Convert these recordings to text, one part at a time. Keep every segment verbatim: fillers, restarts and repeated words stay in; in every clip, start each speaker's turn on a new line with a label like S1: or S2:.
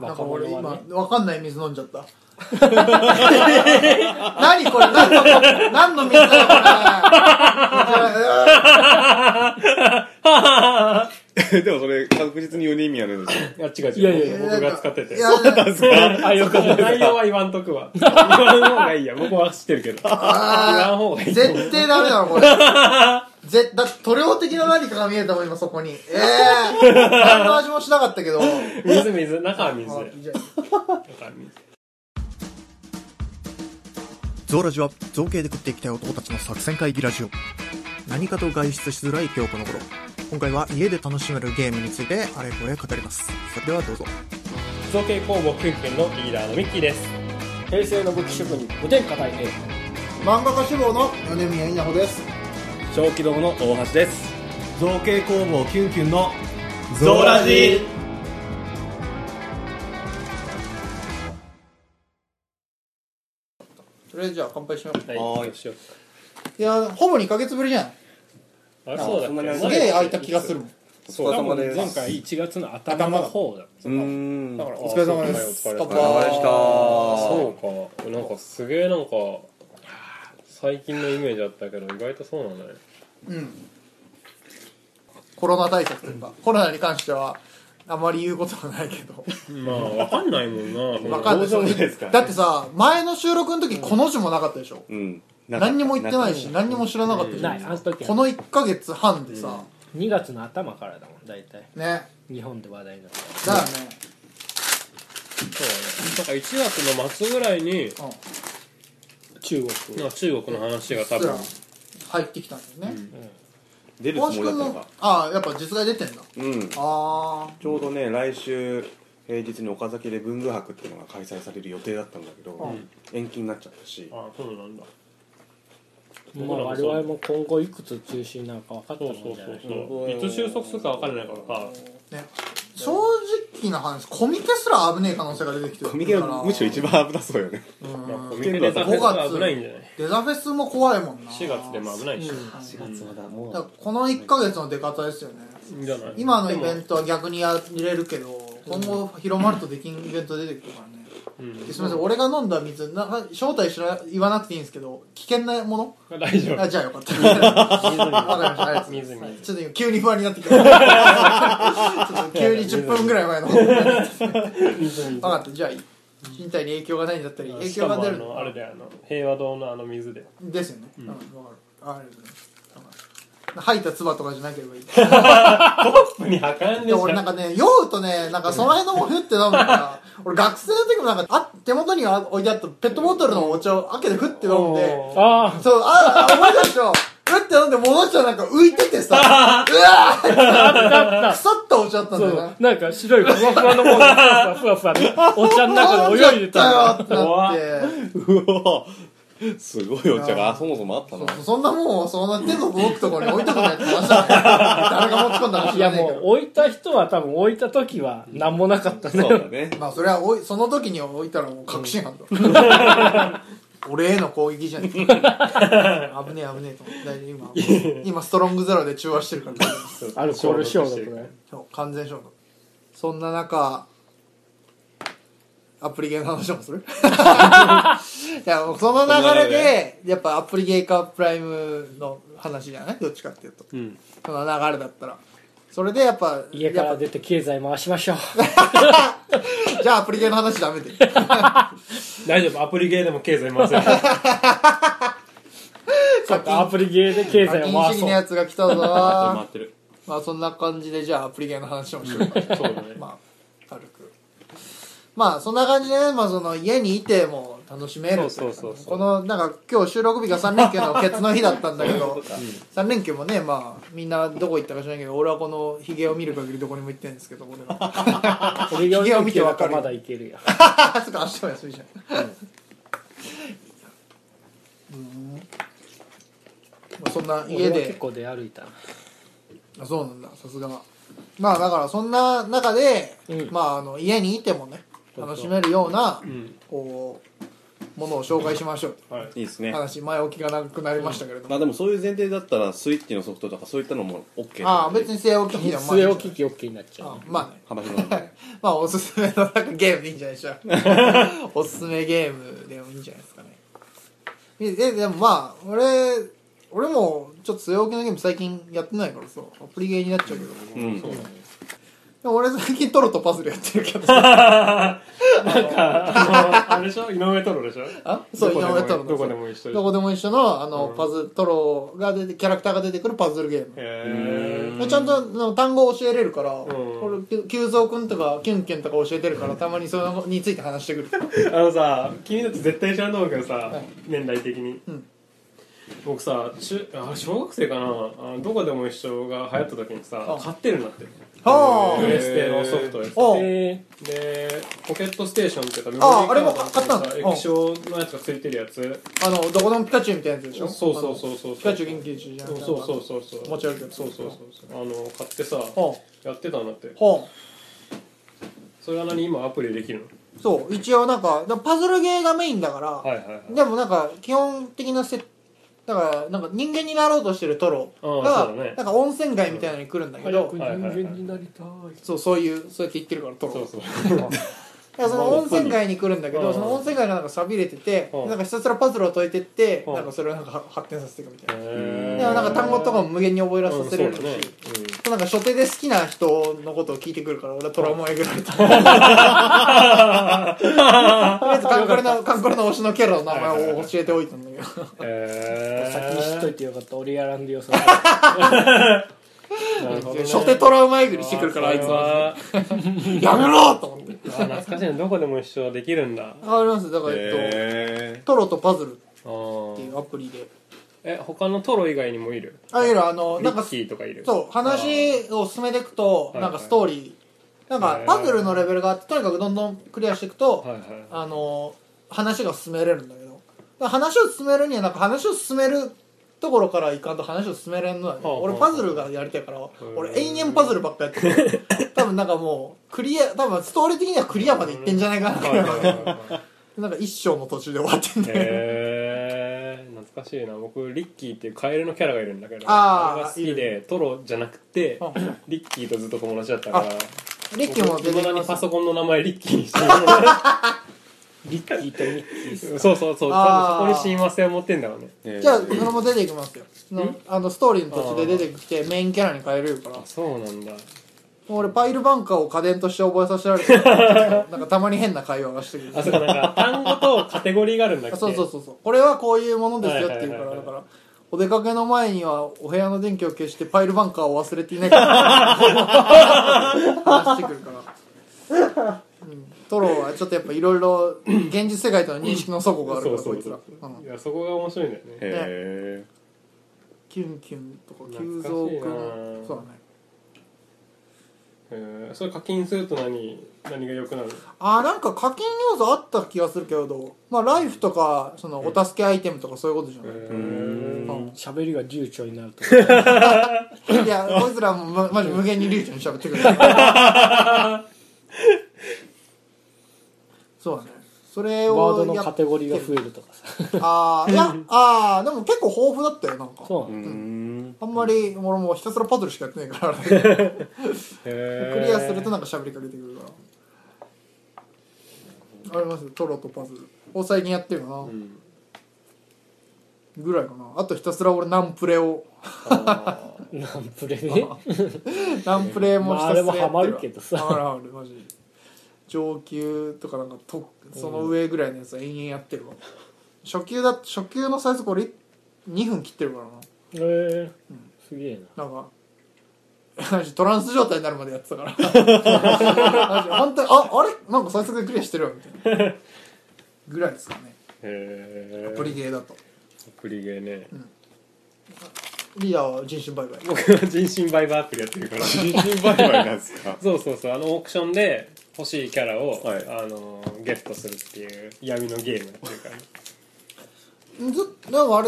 S1: なんか俺今わかんない水飲んじゃった何これ何の何の水だよ
S2: これでもそれ確実によにん意味あるんですよ。
S3: いや違う違う、いやいや僕が使ってて。
S2: そうなんですか。
S3: あ、よかった。内容は言わんとくわ。言わん方がいいや。僕は知ってるけど。言わん方がいい。
S1: 絶対ダメだろこれぜだ塗料的な何かが見えたもん今そこに。ええー、何の味もしなかったけど。
S3: 水水、中は水。中は水。
S4: ゾウラジは造形で食っていきたい男たちの作戦会議ラジオ。何かと外出しづらい今日この頃、今回は家で楽しめるゲームについてあれこれ語ります。それではどうぞ。
S3: 造形工房キュンキュンのリーダーのミッキーです。
S5: 平成の武器職人五天下大平、
S1: 漫画家志望の米宮稲穂です。
S2: 小気道の大橋です。
S6: 造形工房キュンキュンの
S2: ゾウラジ。
S1: とりあえずじゃあ乾杯しよう。
S3: はい、しよう。
S1: いやほぼにかげつぶりじゃん。
S3: あ、そうだっけ。
S1: すげえ空いた気がするもん。
S3: そうだ、前回いちがつの頭の方だ。
S2: うーん。
S1: だからお疲れ様です。
S2: お疲れ様でした。
S3: そうか。なんかすげえなんか最近のイメージだったけど意外とそうなんだね。
S1: うん。コロナ対策というか、コロナに関してはあまり言うことはないけど。
S3: まあわかんないもんな。
S1: わかんない
S2: ですか。
S1: だってさ、前の収録の時この字もなかったでしょ。
S2: うん。
S1: 何にも言ってないし、何にも知らなかったじゃん。
S5: ないあの時は
S1: このいっかげつはんでさ、
S5: にがつの頭からだもん大体
S1: ね。
S5: 日本で話題になった
S1: だよね。
S3: そうだね。なんかいちがつの末ぐらいに、
S1: うん。
S5: 中国
S3: なんか中国の話が多分
S1: 入ってきたんだよね。
S2: 出るつもりだったのか。
S1: ああ、やっぱ実害出てんだ。
S2: うん。
S1: ああ。
S2: ちょうどね、来週平日に岡崎で文具博っていうのが開催される予定だったんだけど、
S1: うん、
S2: 延期になっちゃったし。
S3: ああ、そうなんだ。
S5: まあ我々も今後いくつ中止になるか分かったもんじゃない。
S3: そうそうそう。いつ収束するか分からないからさ。
S1: ね。正直な話、コミケすら危ねえ可能性が出てきてる。
S2: コミケはむしろ一番危なそうよね。
S1: うん。
S3: コミケデザフェスは危ないんじゃない？
S1: デザフェスも怖いもんな。
S3: しがつでも危ないし。
S1: うん、
S2: しがつまだもう。
S1: だからこのいっかげつの出方ですよね。
S3: じゃない？
S1: 今のイベントは逆にやれるけど、今後広まるとできんイベント出てくるからね。うん、すみません、俺が飲んだ水な正体知ら言わなくていいんですけど、危険なもの？
S3: 大丈夫。
S1: あ、じゃあよかった。わかりました。ありがとうございます。
S3: 水水。
S1: ちょっと今急に不安になってきた。ちょっと急にじゅっぷんぐらい前の。分かった。じゃあ身体に影響がないんだったり影響が出る
S3: のあれだよ、あの平和堂のあの水で。
S1: ですよね。うん、分かる。あれですね。吐いた唾とかじゃなければいい。コ
S3: ップに吐かんでしょ。
S1: 俺なんかね、酔うとね、なんかその辺のもふって飲むから、俺学生の時もなんか、あ、手元に置いてあったペットボトルのお茶を開けてふって飲んで、
S5: あ
S1: そう、あ、思い出したよ。ふって飲んで戻したらなんか浮いててさ、うわー腐ったお茶だったんだよな。
S5: なんか白いふわふわのものがふわふわふわお茶の中で泳いでた
S1: よってなって。
S2: うわすごいお茶がそもそもあったの。
S1: そ, そんなもんそんな天国動くところに置いとくなって話だね。誰が持ち込んだか知
S5: いや
S1: らないけど。
S5: もう置いた人は多分置いた時は何もなかったね。
S2: そうだね。
S1: まあそれはおいその時に置いたらもう確信犯だ。俺への攻撃じゃん。危ねえ危ねえと思って今今ストロングゼロで中和してるから。
S5: アルコール消毒ね。
S1: そう完全消毒。そんな中。アプリゲーの話もするいやその流れでやっぱアプリゲーかプライムの話じゃないどっちかっていうと、うん、その流れだったらそれでやっぱ
S5: 家から出て経済回しましょう
S1: じゃあアプリゲーの話ダメで
S3: 大丈夫アプリゲーでも経済回せる
S5: そっかアプリゲーで経済を回そう
S1: 課金主義のやつが来たぞ
S2: 回ってる
S1: まあそんな感じでじゃあアプリゲーの話もしようかそうだねまあ軽くまあそんな感じでね、まあ、その家にいても楽しめる
S3: そうそうそうそう
S1: このなんか今日収録日がさん連休のケツの日だったんだけどさん連休もねまあみんなどこ行ったか知らないけど俺はこのヒゲを見る限りどこにも行ってないんですけど俺は
S5: ヒゲを見て分かるまだいけるや
S1: そっか明日も休みじゃんうん、まあ、そんな家で
S5: 結構出歩いた
S1: あそうなんださすがまあだからそんな中で、うん、まああの家にいてもね楽しめるような、うん、こうものを紹介しましょう
S3: はい
S2: いいですね。
S1: 話前置きが長くなりましたけれども、
S2: まあでもそういう前提だったらスイッチのソフトとかそういったのも OK。
S1: ああ別に据え置き機でもまあいい
S5: 据え
S1: んじゃない
S5: 置き機 OK になっちゃう
S1: あまあね
S2: 幅広いんで。
S1: まあおすすめのなんかゲームでいいんじゃないでしょうかおすすめゲームでもいいんじゃないですかね。えででもまあ俺俺もちょっと据え置きのゲーム最近やってないからさアプリゲーになっちゃうけど、
S2: うん。
S1: でも俺最近トロとパズルやってるけど
S3: あのあれでしょ井上トロでしょ
S1: あそう
S3: どこでも
S1: 井上トロの
S3: どこでも一緒でしょ
S1: どこでも一緒のあの、
S3: うん
S1: パズトロが出てキャラクターが出てくるパズルゲーム、
S3: へ
S1: ちゃんとあの単語を教えれるから、
S3: ん
S1: 俺キュキュウゾウくんとかキュンキュンとか教えてるからたまにそのについて話してくる
S3: ーあのさ君だって絶対知らんと思うけどさ、年代的に、
S1: うん
S3: 僕さ中あ小学生かなあのどこでも一緒が流行った時にさ
S1: あ
S3: 買ってるんだって
S1: は
S3: プレステのソフトでさ
S1: あ
S5: え
S3: でポケットステーションっていうかメ
S1: あ
S3: モリー
S1: あれも
S3: カードの
S1: 買ったの
S3: さ液晶のやつがついてるやつ
S1: あのどこでもピカチュウみたいなやつでしょ
S3: そうそうそうそう
S1: あのピカチュウ元気中じゃん
S3: そうそうそうそうそう
S1: 持ち歩くやつ
S3: そうそうそうそうあの買ってさ
S1: は
S3: やってたんだって
S1: あは
S3: それは何今アプリでできる
S1: あそう一応なんかパズルゲーがメインだから、
S3: のはいはいはい
S1: でもなんか基本的なセだからなんか人間になろうとしてるトロ
S3: ああ
S1: が、
S3: そうだね
S1: なんか温泉街みたいなのに来るんだけど、
S5: 早く人間になりたい
S1: そうそういうそうやって言ってるからトロ
S3: そうそう
S1: だからその温泉街に来るんだけど、
S3: うん
S1: その温泉街がなんか寂れてて、
S3: うん
S1: なんかひたすらパズルを解いてって、
S3: うん
S1: なんかそれをなんか発展させていくみたいな、
S3: へ
S1: でもなんか単語とかも無限に覚えらさせれるし、
S3: うんそうだね
S1: なんか初手で好きな人のことを聞いてくるから俺はトラウマをえぐられた、とりあえずカンコレのカンコレの推しのキャラの名前を教えておいたんだけど
S3: へー
S5: 先に知っといてよかった俺やらんでよそれ
S3: なるほどね
S1: 初手トラウマえぐりしてくるからあいつは
S3: は
S1: やめろと思って
S3: あ懐かしいのどこでも一緒できるんだ
S1: ありますだから、えっ
S2: へ
S1: と、トロとパズルっ
S3: あー
S1: ていうアプリで
S3: え他のトロ以外にもいる
S1: あいるあの
S3: リッ
S1: なんか
S3: キーとかいる
S1: そう話を進めていくと
S3: あー
S1: なんかストーリーなんかパズルのレベルがあってとにかくどんどんクリアしていくと、
S3: はいはい
S1: あの話が進めれるんだけどだから話を進めるにはなんか話を進めるところからいかんと話を進めれんのだけど、
S3: はあはあ
S1: 俺パズルがやりたいから、
S3: ー
S1: 俺延々パズルばっかやってる多分なんかもうクリア多分ストーリー的にはクリアまでいってんじゃないかな、
S3: はいはいはいはい
S1: なんか一章の途中で終わってんだよね、
S3: へー懐かしいな僕リッキーっていうカエルのキャラがいるんだけど
S1: あー
S3: れが好きでトロじゃなくて
S1: う
S3: リッキーとずっと友達だったから
S1: リッキーも出て
S3: 僕未だに
S1: きます
S3: パソコンの名前リッキーにして
S5: リッキーとミッキーさ
S3: るそうそうそう多
S1: あー
S3: 分そこに親和性を持ってんだろうね
S2: え
S1: じゃあそれも出てきますよのあのストーリーの途中で出てきてメインキャラに変えれるから
S3: あそうなんだ
S1: 俺パイルバンカーを家電として覚えさせられてるなんかたまに変な会話がしてくる
S3: あそうかなんか単語とカテゴリーがあるんだっけ
S1: あそうそうそうそうこれはこういうものですよっていうか
S3: はいはいはいはい
S1: らだからお出かけの前にはお部屋の電気を消してパイルバンカーを忘れていないか話してくるから、うん、トロはちょっとやっぱいろいろ現実世界との認識の齟齬があるからこいつら、うん
S3: いやそこが面白いんだよね
S2: へ
S1: キュンキュンとか
S3: 懐かしいな
S1: 急増くんそうだね
S3: へーそれ課金すると何何が良くなるの
S1: あーなんか課金要素あった気がするけどまあライフとかそのお助けアイテムとかそういうことじゃない、
S3: へ
S2: ーうん
S1: うん
S5: 喋りが流暢になると
S1: いやこいつらもまマジ無限に流暢に喋ってくるそうだねそれ
S5: ワー
S1: を
S5: ドのカテゴリーが増えるとかさ
S1: ああいやああでも結構豊富だったよなんか
S5: そう
S2: う
S5: なの
S2: ん
S1: あんまり俺もうひたすらパズルしかやってないからク
S3: へー
S1: リアするとなんか喋りかけてくるからありますよトロとパズルを最近やってるかな、
S3: うん
S1: ぐらいかなあとひたすら俺ナンプレを
S3: あ
S5: ナンプレね
S1: ナンプレもひたすらやってるわ
S5: まああれもハマるけどさ
S1: ハマるハマるマジ上級とかなんかとその上ぐらいのやつは延々やってるわ初級だ初級のサイズこれにふん切ってるからな
S5: えー、すげえな
S1: なんかマジトランス状態になるまでやってたからマジ本当にああれなんか最速でクリアしてるわみたいなぐらいですかね
S3: ーへー
S1: アプリゲーだと
S3: アプリゲーね
S1: リーダーは人身売買
S3: 僕は人身売買アプリやってるから
S2: 人身売買なんですか
S3: そうそうそうあのオークションで欲しいキャラを、
S2: はい
S3: あのゲットするっていう闇のゲームやってるから
S1: ずでもあれ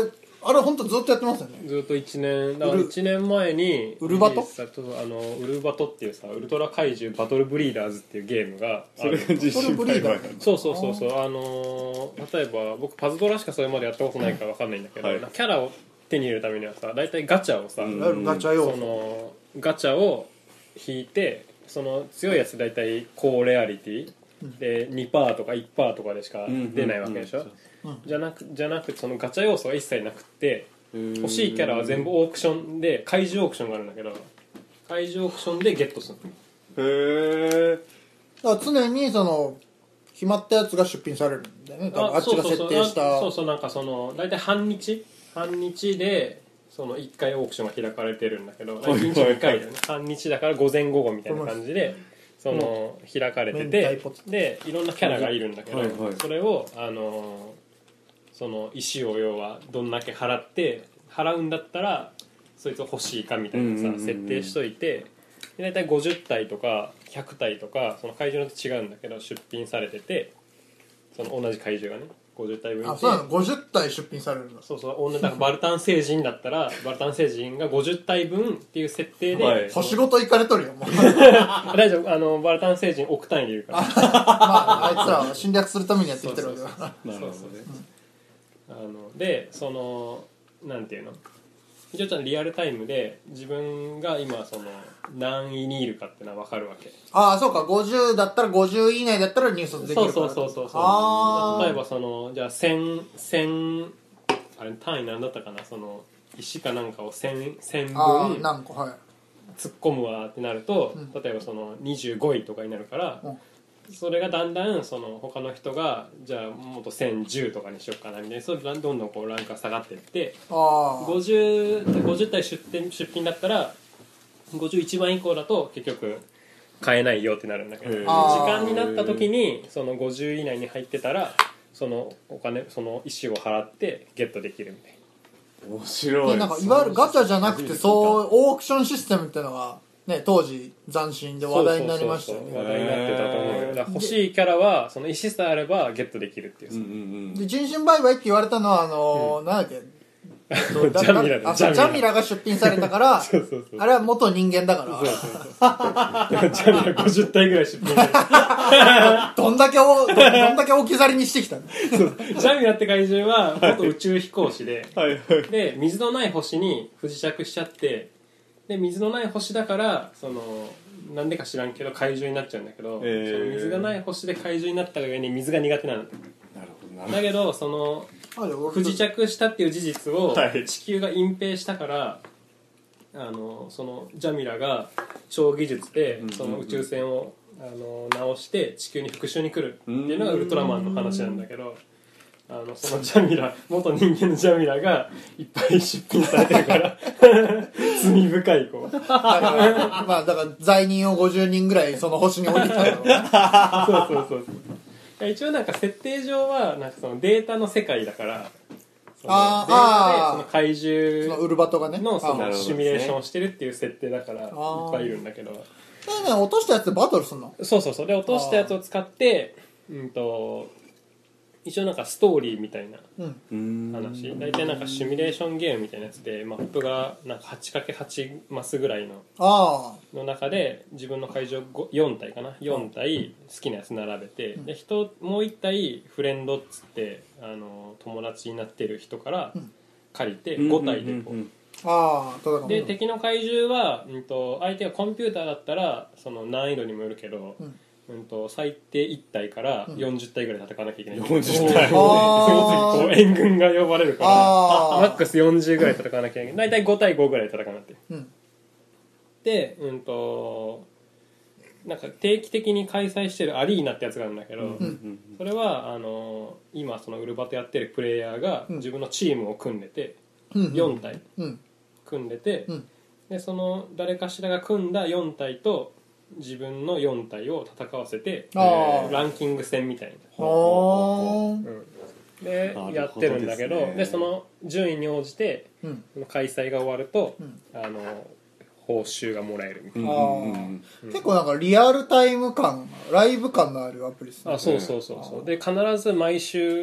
S1: あれ本当ずっとやってますよね。
S3: ずっといちねんだからいちねんまえに
S1: ウルバト
S3: リリースされたあのウルバトっていうさウルトラ怪獣バトルブリーダーズっていうゲームがある。
S2: それが実習界隈なんだ。
S3: そうそうそうそうあのー例えば僕パズドラしかそれまでやったことないから分かんないんだけど、
S2: はい
S3: キャラを手に入れるためにはさ大体ガチャをさ、
S2: うん
S1: いわゆるガチャ用
S3: そのガチャを引いてその強いやつ大体高レアリティで にパーセント とか いちパーセント とかでしか出ないわけでしょ、
S2: うん
S1: うん
S3: じゃなくじゃなくそのガチャ要素が一切なくって
S2: 欲
S3: 欲しいキャラは全部オークションで怪獣オークションがあるんだけど怪獣オークションでゲットするの。
S2: へえ。
S1: だから常にその決まったやつが出品されるんだよね。多分あっちが設定した。
S3: そうそうなんかその大体半日半日でそのいっかいオークションが開かれてるんだけど
S2: いはい
S3: いちにちにかいだよね。半日だから午前午後みたいな感じでその開かれて
S1: 明
S3: て
S1: 太ポテト
S3: でいろんなキャラがいるんだけど
S2: はいはい
S3: それをあのその石を要はどんだけ払って払うんだったらそいつを欲しいかみたいな
S2: うんうんうんうん
S3: さ設定しといてで大体ごじゅったいとかひゃくたいとかその怪獣のと違うんだけど出品されててその同じ怪獣がねごじゅったいぶんいて
S1: あ、そうなの。ごじゅったい出品されるんだ。
S3: そうそう女だからバルタン星人だったらバルタン星人がごじゅったいぶんっていう設定で、
S2: はい
S1: 星ごと行かれとるよもう。
S3: 大丈夫あのバルタン星人億単位でいるから
S1: まああいつらは侵略するためにやってきてるわけだから。
S2: なるほどね。
S3: あのでそのなんていうの一応ちゃんとリアルタイムで自分が今その何位にいるかっていうのは分かるわけ。
S1: ああ、そうか。ごじゅうだったらごじゅうい以内だったら入札でき
S3: そう
S1: るから。
S3: そうそうそう
S1: あー
S3: 例えばそのじゃあ千千あれ単位なんだったかなその石かなんかを千千
S1: あー
S3: 分
S1: 何個、はい。
S3: 突っ込むわってなると、
S1: うん
S3: 例えばそのにじゅうごいとかになるから、
S1: うん
S3: それがだんだんその他の人がじゃあもっとせんじゅうとかにしようかなみたいなそれでどんどんこうランクが下がっていって
S1: ああ。
S3: ごじゅう、ごじゅったい出店出品だったらごじゅういちばん以降だと結局買えないよってなるんだけど時
S2: へー
S3: 間になった時にそのごじゅう以内に入ってたらそのお金その石を払ってゲットできるみたいな。
S2: 面白い。
S1: でなんかいわゆるガチャじゃなくてそうオークションシステムっていうのがね当時斬新で話題になりましたよ
S3: そうそうそう話
S1: ね。
S3: 題になってたと思うよ。だから欲しいキャラはその石さえあればゲットできるっていう
S2: うんうん
S1: で人身売買って言われたのはあのーなんだっけ
S3: ジャミラだ
S1: あそうジャミラが出品されたから
S3: そうそうそう
S1: あれは元人間だから
S3: そうそうそうでもジャミラごじゅったいぐらい出品してる
S1: どんだけおどどんだけ置き去りにしてきたの。
S3: ジャミラって怪獣は元宇宙飛行士で
S2: うん。はいはい。
S3: で水のない星に不時着しちゃってで水のない星だからそのなんでか知らんけど怪獣になっちゃうんだけど、
S2: えー
S3: その水がない星で怪獣になったがゆえに水が苦手なの
S2: なるほどなるほ
S3: だけどその
S1: あじゃあ俺
S3: 不時着したっていう事実を
S2: はい
S3: 地球が隠蔽したから、あのそのジャミラが超技術で
S2: うんうんうん
S3: その宇宙船をあの直して地球に復讐に来るっていうのがウルトラマンの話なんだけど、あのそのジャミラ元人間のジャミラがいっぱい出品されてるから罪深い子
S1: だからまあだから罪人をごじゅうにんぐらいその星に置いてきたから
S3: そうそうそうそういや一応なんか設定上はなんかそのデータの世界だからその
S1: あー
S3: データで
S1: あー
S3: その怪
S1: その
S3: 獣
S1: ウルバトがね
S3: のそ
S1: あ
S3: の
S2: なるほどですね
S3: シミュレーションをしてるっていう設定だからいっ
S1: ー
S3: ぱいいるんだけど
S1: でね落としたやつでバトルすんの。
S3: そうそうそうで落としたやつを使ってうんと一応なんかストーリーみたいな
S1: うん
S2: ど。うん
S3: 話大体なんかシミュレーションゲームみたいなやつでマップがなんか はちかけはち マスぐらいの
S1: あ
S3: の中で自分の会場よんたいかなよんたい好きなやつ並べて、で人もういち体フレンドっつってあの友達になってる人から借りてごたいでこう、
S2: うんうん
S1: あああ戦う
S3: で敵の怪獣は、うん、と相手がコンピューターだったらその難易度にもよるけど、
S1: うん
S3: うん、と最低いち体からよんじゅったいぐらい戦わなきゃいけない、
S2: よんじゅったい
S3: その次こう援軍が呼ばれるから
S1: あー
S3: マックスよんじゅうぐらい戦わなきゃいけない大体ごたいごぐらい戦わなって
S1: うん
S3: でうんとなんか定期的に開催してるアリーナってやつがあるんだけど、
S2: うんうん
S3: それはあの今そのウルバトやってるプレイヤーが
S1: うん
S3: 自分のチームを組んでて、
S1: うん
S3: よん体
S1: うん
S3: 組んでて、
S1: うん
S3: でその誰かしらが組んだよん体と自分のよん体を戦わせて
S1: あー
S3: ランキング戦みたいな、
S1: は
S3: うんで
S2: なるほどですね
S3: やってるんだけどでその順位に応じて
S1: ーうん
S3: その開催が終わると、
S1: うん
S3: あの報酬がもらえるみたいな、
S2: うんうんうん
S1: 結構なんかリアルタイム感ライブ感のあるアプリですね。
S3: あそうそうそうそうで必ず毎週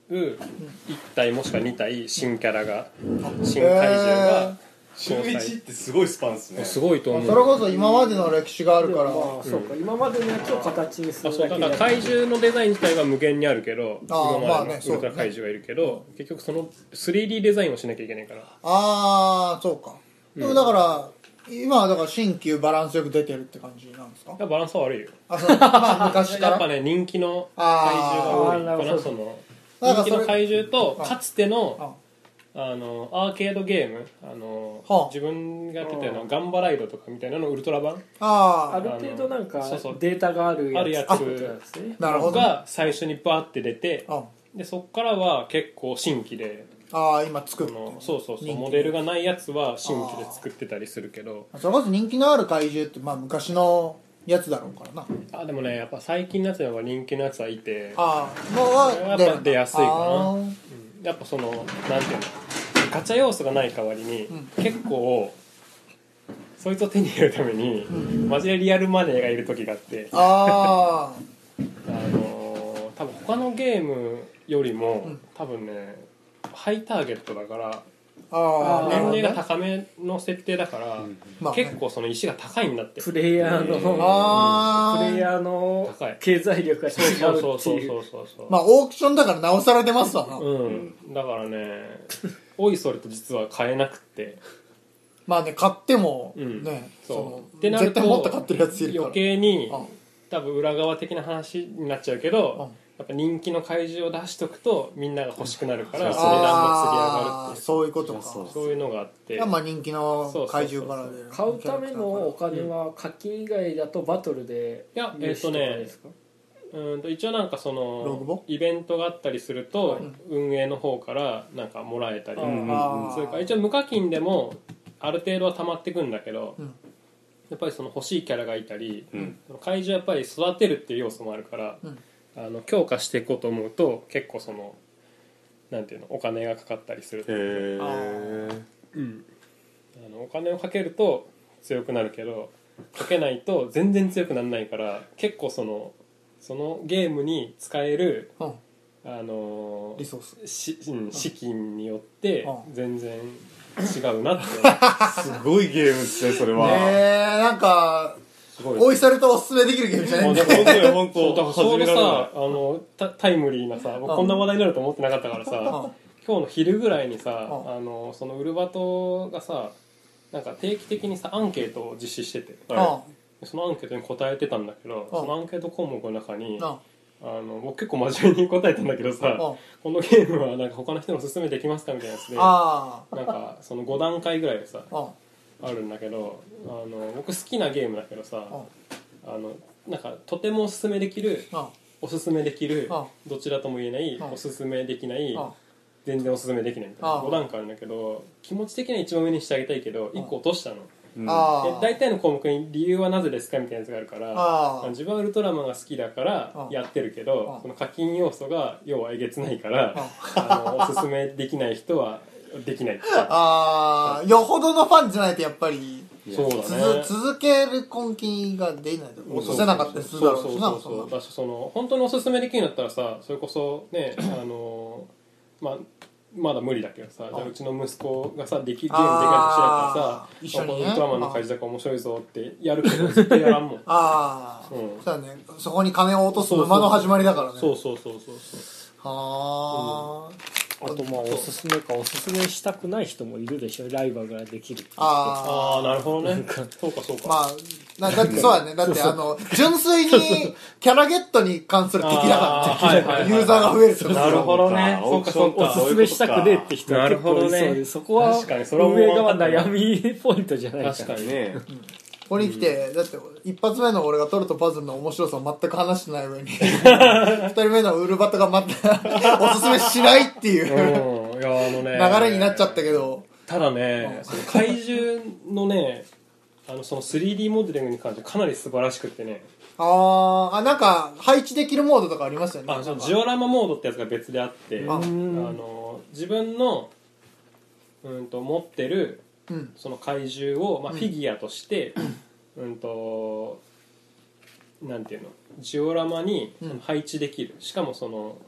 S3: いち体もしくはに体新キャラが新怪獣が
S2: 週いちってすごいスパンですね。
S3: すごいと思う。
S1: それこそ今までの歴史があるから、
S5: まあそうか、今までのやつを形にす
S3: あそうだから
S5: るだけで
S3: 怪獣のデザイン自体は無限にあるけど
S1: あー
S3: 今までの
S1: まあね
S3: ウルトラ怪獣がいるけど、結局その スリーディー デザインをしなきゃいけないから。
S1: ああそうか、でもだから今はだから新旧バランスよく出てるって感じなんですか？
S3: いやバランスは悪いよ。
S1: あそうまあ昔から
S3: やっぱね人気の怪獣が多いか
S5: あー
S3: な。その
S1: だからそれ
S3: 人気の怪獣と
S1: あ
S3: かつての
S1: あ
S3: あのアーケードゲームあの、
S1: はあ
S3: 自分がやってたようなガンバライドとかみたいなのウルトラ版
S1: あ
S5: ある程度なんか
S3: そうそう
S5: データがある
S3: あるやつ
S5: やつってことなんですね。
S1: なるほど、
S3: が最初にバーって出て
S1: あ
S3: でそっからは結構新規で
S1: ああ今作ってる
S3: そのそうそうそう
S1: 人気
S3: モデルがないやつは新規で作ってたりするけど
S1: それこそ人気のある怪獣ってまあ昔のやつだろうからな。
S3: あでもねやっぱ最近のやつの方が人気のやつはいて
S1: ああのは
S3: やっぱ出やすいかな
S1: あ
S3: うんやっぱそのなんていうのガチャ要素がない代わりに、
S1: うん
S3: 結構そいつを手に入れるために、
S1: うん
S3: マジでリアルマネーがいる時があって
S1: あ
S3: あのー多分他のゲームよりも、
S1: うん
S3: 多分ねハイターゲットだから
S1: あああ
S3: 年齢が
S1: なる
S3: 高めの設定だから、
S2: うん
S1: まあね
S3: 結構その石が高いんだって
S5: プレイヤーの、
S1: あー
S5: プレイヤーの
S3: 高い
S5: 経済力が違
S3: そう
S5: う
S3: そうそうそう
S5: っていう。
S3: そうそう
S1: まあオークションだからなおさら出ますわな、
S3: うんだからねおいそれと実は買えなくって
S1: まあね買っても
S3: うん
S1: ね、
S3: そう
S1: その
S3: ってなると
S1: 絶対もっと買ってるやついるから
S3: 余計に
S1: うん
S3: 多分裏側的な話になっちゃうけど、
S1: うん
S3: やっぱ人気の怪獣を出しとくとみんなが欲しくなるから、
S2: うん
S3: 値段が釣り上
S1: ああ
S3: がるっていう
S1: そういうことか
S2: そう
S3: そういうのがあって
S1: いやまあ人気の怪獣からで
S5: 買うためのお金は課金以外だとバトルで
S3: いやえっ、とねうんと一応なんかそ
S1: ログボ
S3: のイベントがあったりすると、
S1: うん
S3: 運営の方からなんかもらえたり、
S5: うん
S1: あー
S3: それから一応無課金でもある程度は溜まってくんだけど、
S1: うん
S3: やっぱりその欲しいキャラがいたり、
S2: うん
S3: その怪獣やっぱり育てるっていう要素もあるから、
S1: うん
S3: あの強化していこうと思うと結構そのなんていうのお金がかかったりする
S2: へえ
S3: うん、あのお金をかけると強くなるけどかけないと全然強くならないから結構そのそのゲームに使える、
S1: うん
S3: あの
S1: リソース
S3: しうん資金によって
S1: うん
S3: 全然違うなって
S2: すごいゲームですねそれは、
S1: ねえなんか
S3: すごい
S1: おいそれとおすすめできるゲームじゃないんだ
S2: 本当に本
S3: そうだから
S2: 当始められ
S3: ちょうどさ
S2: ない
S3: あのタタイムリーなさ僕こんな話題になると思ってなかったからさ今日の昼ぐらいにさ
S1: うん
S3: あのそのウルバトがさなんか定期的にさアンケートを実施してて
S2: は
S3: そのアンケートに答えてたんだけどそのアンケート項目の中に
S1: うんうん
S3: あの僕結構真面目に答えたんだけどさこのゲームはなんか他の人におすすめできますかみたいなやつで
S1: あ
S3: なんかそのご段階ぐらいでさ
S1: あ
S3: あるんだけどあの僕好きなゲームだけどさあのなんかとてもおすすめできる
S1: うん
S3: おすすめできる
S1: うん
S3: どちらとも言えない
S1: うん
S3: おすすめできない
S1: うん
S3: 全然おすすめできないみたいな
S1: うん
S3: ご段階あるんだけど気持ち的には一番上にしてあげたいけどいっこ落としたの
S2: うん
S1: ああ
S3: で大体の項目に理由はなぜですかみたいなやつがあるから
S1: ああ
S3: 自分はウルトラマンが好きだから
S1: うん
S3: やってるけど
S1: うん
S3: その課金要素が要はえげつないから
S1: うん
S3: あのおすすめできない人はできないって
S1: ああよほどのファンじゃないとやっぱり
S3: そう
S1: つ
S3: だね
S1: 続ける根気が出ないと落とせなかったりするだろうしな
S3: そうそうそうそうだしその本当におすすめできるんだったらさそれこそねあのまあまだ無理だけどさじゃあうちの息子がさできゲームできる年だったらさ
S1: あー一緒にね
S3: このウルトラマンの怪獣だから面白いぞってやるけど絶対やらんもん
S1: ああ、
S3: うん
S1: そうだねそこに金を落とす沼の始まりだからね
S3: そうそうそうそうそう
S1: はあ、
S5: あとまあおすすめかおすすめしたくない人もいるでしょライバルができるって
S1: あ
S3: ああなるほどねそうかそうか
S1: あまあなだってそうだねだってあの純粋にキャラゲットに関する敵だから
S3: あーはいはいはい
S1: ユーザーが増えるってこと
S3: なるほどね
S2: そうか
S3: そうか
S5: おすすめしたくねえって人は結構いそう
S3: なるほどね
S5: でそこは
S3: 確かにそれはもう
S5: 運営側悩みポイントじゃないか
S3: 確かに
S2: ね
S1: ここに来てだって一発目の俺がトルとパズルの面白さを全く話してない上に二人目のウルバトがまたおすすめしないっていう
S3: うんいやあのね
S1: 流れになっちゃったけど
S3: ただねその怪獣のねあのその スリーディー モデリングに関してかなり素晴らしくってね
S1: あーあなんか配置できるモードとかありますよね
S3: あそのジオラマモードってやつが別であって
S1: あ
S3: あの自分のうんと持ってる
S1: うん
S3: その怪獣を、まあ、フィギュアとして、うん、となんていうのジオラマに
S1: うん
S3: 配置できる、しかもその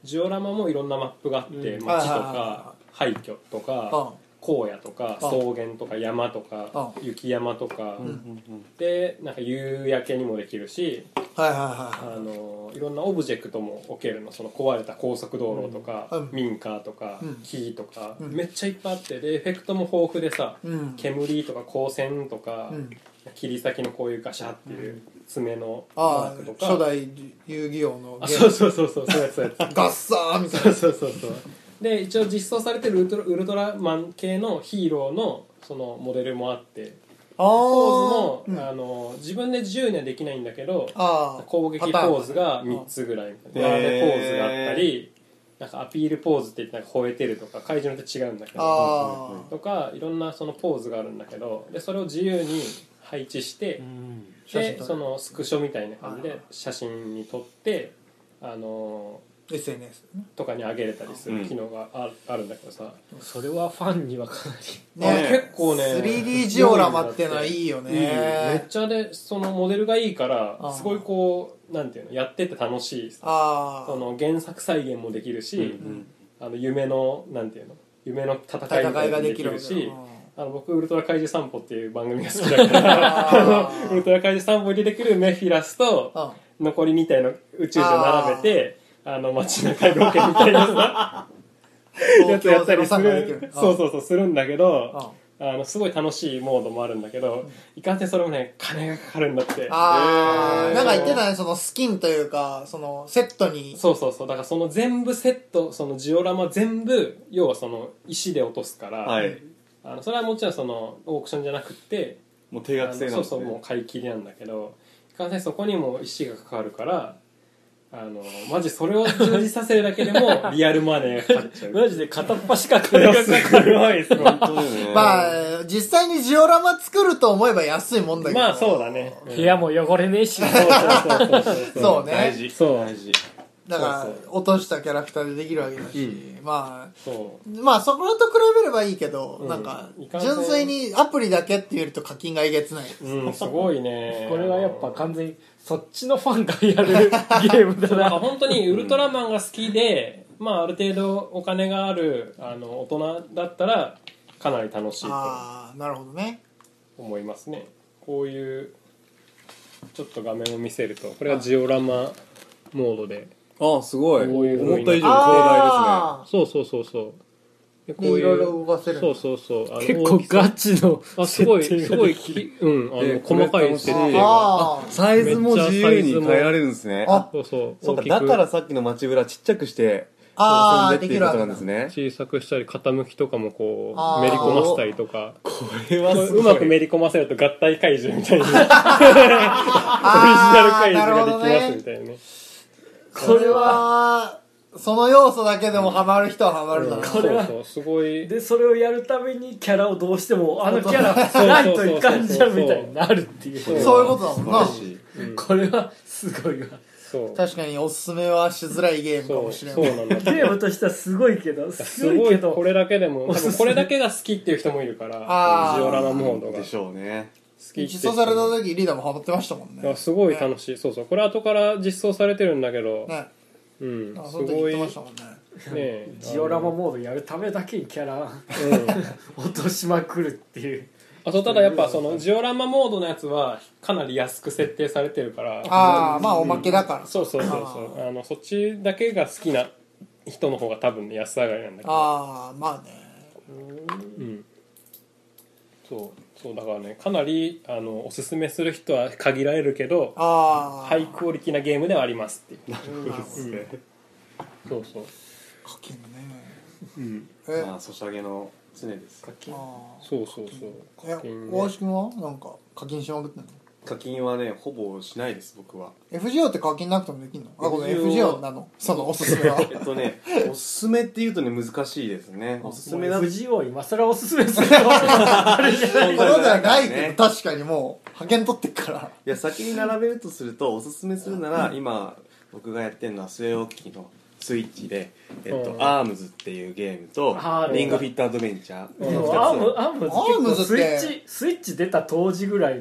S3: ジオラマもいろんなマップがあって、
S5: うん
S3: 街と
S1: はいはいはい
S3: か廃墟とか荒野とか草原とか山とか雪山とかでなんか夕焼けにもできるし、
S1: はいはいはい
S3: あのいろんなオブジェクトも置けるの。その壊れた高速道路とか、
S1: うん
S3: 民家とか、
S1: うん
S3: 木とか、
S1: うん
S3: めっちゃいっぱいあって、でエフェクトも豊富でさ、
S1: うん
S3: 煙とか光線とか、
S1: うん
S3: 切り裂きのこういうガシャっていう爪のマ
S1: ああ
S3: ークとか、
S1: 初代遊戯王の
S3: あ
S1: ゲーム
S3: そうそうそうそうそうやつそうやつ
S1: ガッサーみたい
S3: そうそうそうそうで一応実装されてるウルトラ、ウルトラマン系のヒーローのそのモデルもあって、
S1: な
S3: ポーズも、
S1: うん
S3: あの自分で自由にはできないんだけど、
S1: あ
S3: 攻撃ポーズがみっつぐらい、ガードポーズがあったり、なんかアピールポーズって言ってなんか吠えてるとか怪獣によって違うんだけど
S1: あ
S3: とかいろんなそのポーズがあるんだけど、でそれを自由に配置して、でそのスクショみたいな感じで写真に撮ってあの
S1: エスエヌエス ね
S3: とかに上げれたりする機能がある,、あるんだけどさ、
S5: それはファンにはかなり
S3: あ
S1: ね
S3: 結構ね
S1: スリーディー ジオラマってのはいいよ
S3: いいめっ
S1: ね
S3: ちゃでそのモデルがいいから
S1: あ
S3: すごいこうなんていうのやってて楽しいさ、
S1: ああ
S3: その原作再現もできるし、あの夢のなんていうの夢の戦いみたいなのもできるし、あの僕ウルトラ怪獣散歩っていう番組が好きだからあのウルトラ怪獣散歩に出てくるメフィラスと残りに体の宇宙人を並べてあの街中ロケみたいなさやつやったりするそうそうそうするんだけど、あのすごい楽しいモードもあるんだけど、いかんせんそれもね金がかかるんだって。
S1: ああなんか言ってたね、そのスキンというかそのセットに
S3: そうそうそう、だからその全部セット、そのジオラマ全部要はその石で落とすから、
S2: はい、
S3: あのそれはもちろんそのオークションじゃなくって
S2: もう定額制なんですね。
S3: そうそうもう買い切りなんだけど、いかんせんそこにも石がかかるから、あのマジそれを充実させるだけでもリアルマネーがかかっちゃう
S5: マジで片っ端から金がかかる
S3: いです
S2: 本当だよね。
S1: まあ実際にジオラマ作ると思えば安いもんだけど
S3: まあそうだね、うん、
S5: 部屋も汚れねえし
S3: そうそうそうそうそう
S1: そうね
S2: 大事
S3: そう
S2: 大事
S1: だから
S3: そう
S1: 落としたキャラクターでできるわけだし、
S3: う
S1: まあ
S3: そう
S1: まあそこと比べればいいけど、
S3: うん
S1: なんか
S3: いかんせん
S1: 純粋にアプリだけって言うと課金がえげつない、
S3: うんすごいね
S5: これはやっぱ完全にそっちのファンがやるゲームだ
S3: そうだから
S5: な
S3: 本当にウルトラマンが好きで、まあある程度お金があるあの大人だったらかなり楽しいと
S1: ああなるほどね
S3: 思いますね。こういうちょっと画面を見せると、これはジオラマモードで、
S2: ああすごい
S3: こういう風に
S2: 思った以上に広大
S1: あ
S3: そうそうそうそうで
S1: ーでいろいろ動かせる
S3: そうそうそうあの
S5: 結構ガチの
S3: あすごい
S5: 設定
S3: すごい
S5: ができる
S3: きうんあの、
S2: えー
S3: 細かい設定が
S1: あ
S2: ですね。サイズも自由に変えられるんですね。
S1: あ
S3: そうそう
S2: そうか
S3: 大きく
S2: だからさっきの街裏ちっちゃくして
S1: あー
S2: 遊んでっていうことなんですね。
S3: 小さくしたり傾きとかもこ
S1: あー
S3: うめり込ませたりとか
S2: これはすごいう
S3: まくめり込ませると合体怪獣みたいにオリジナル
S1: あ
S3: 怪
S1: ーなるほど
S3: 獣ができますみ
S1: ね
S3: たいなね。
S1: これはその要素だけでもハマる人はハマるだろうな、
S5: これは
S3: そうそうすごい
S5: でそれをやるためにキャラをどうしてもあのキャラないといかんじゃんみたいになるっていう
S3: そう
S1: そういうことだもんな
S2: 素晴らしい
S5: これはすごいわ
S3: そう
S1: 確かにおすすめはしづらいゲームか
S3: そう
S1: もしれない
S3: そうなんだ
S5: ゲームとしてはすごいけどす
S3: すごい
S5: ごいけど
S3: これだけでも多
S5: おすすめ
S3: 分これだけが好きっていう人もいるから
S1: あー
S3: ジオラマモードが好
S2: でしょうね。
S3: きって
S1: 実装された時リーダーもハマってましたもんね
S3: いやすごい楽しい、そうそうこれ後から実装されてるんだけど、
S1: ね
S3: うん
S1: あ
S3: すごいね
S1: その時言ってましたもんね
S3: え
S5: ジオラマモードやるためだけにキャラ
S3: うん
S5: 落としまくるっていう
S3: あとただやっぱそのジオラマモードのやつはかなり安く設定されてるから
S1: ああまあおまけだから
S3: そうそうそうそうあのそっちだけが好きな人の方が多分ね安上がりなんだけど
S1: ああまあね
S3: うんそうそうだからねかなりあのおすすめする人は限られるけど
S1: ああ
S3: ハイクオリティなゲームではありますっていう
S1: なるほどね
S3: そうそう
S1: 課金ね
S3: うん
S1: え
S2: まあソシャゲの常です。
S1: ああ
S3: そうそうそう
S1: え
S3: 課金ね
S1: 大橋君はなんか課金しまくってんの
S2: 課金はねほぼしないです僕は。
S1: エフジーオー って課金なくてもできんのあごめん エフジーオー なのそのおすすめは
S2: えっとねおすすめっていうとね難しいですね。おすすめだと
S5: 藤尾今更おすすめするのあれじゃない
S1: そうではないけ
S2: ね
S1: ど確かにもう派遣取ってっから
S2: いや先に並べるとするとおすすめするなら今僕がやってるのは据え置きのスイッチで、えっと
S3: うん
S2: アームズっていうゲームと
S5: あー
S2: リングフィットアドベンチャー
S5: でも
S2: このふたつを
S5: アームアームズ
S1: アームズって
S5: 結構スイッチスイッチ出た当時ぐらいの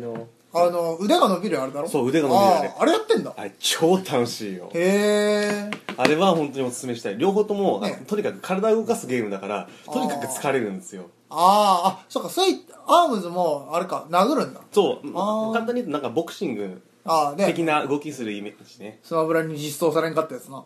S1: あの腕が伸びるあれだろ。
S2: そう腕が伸びるあれ
S1: ああれやってんだ。
S2: あれ超楽しいよ。
S1: へえ。
S2: あれは本当におすすめしたい。両方とも、
S1: ね、
S2: とにかく体を動かすゲームだからとにかく疲れるんですよ。
S1: ああ、あ、そうか、そういアームズもあれか殴るんだ。
S2: そう
S1: あ
S2: 簡単に言うとなんかボクシング
S1: あ、ね、
S2: 的な動きするイメージね。
S1: スマブラに実装されんかったやつな。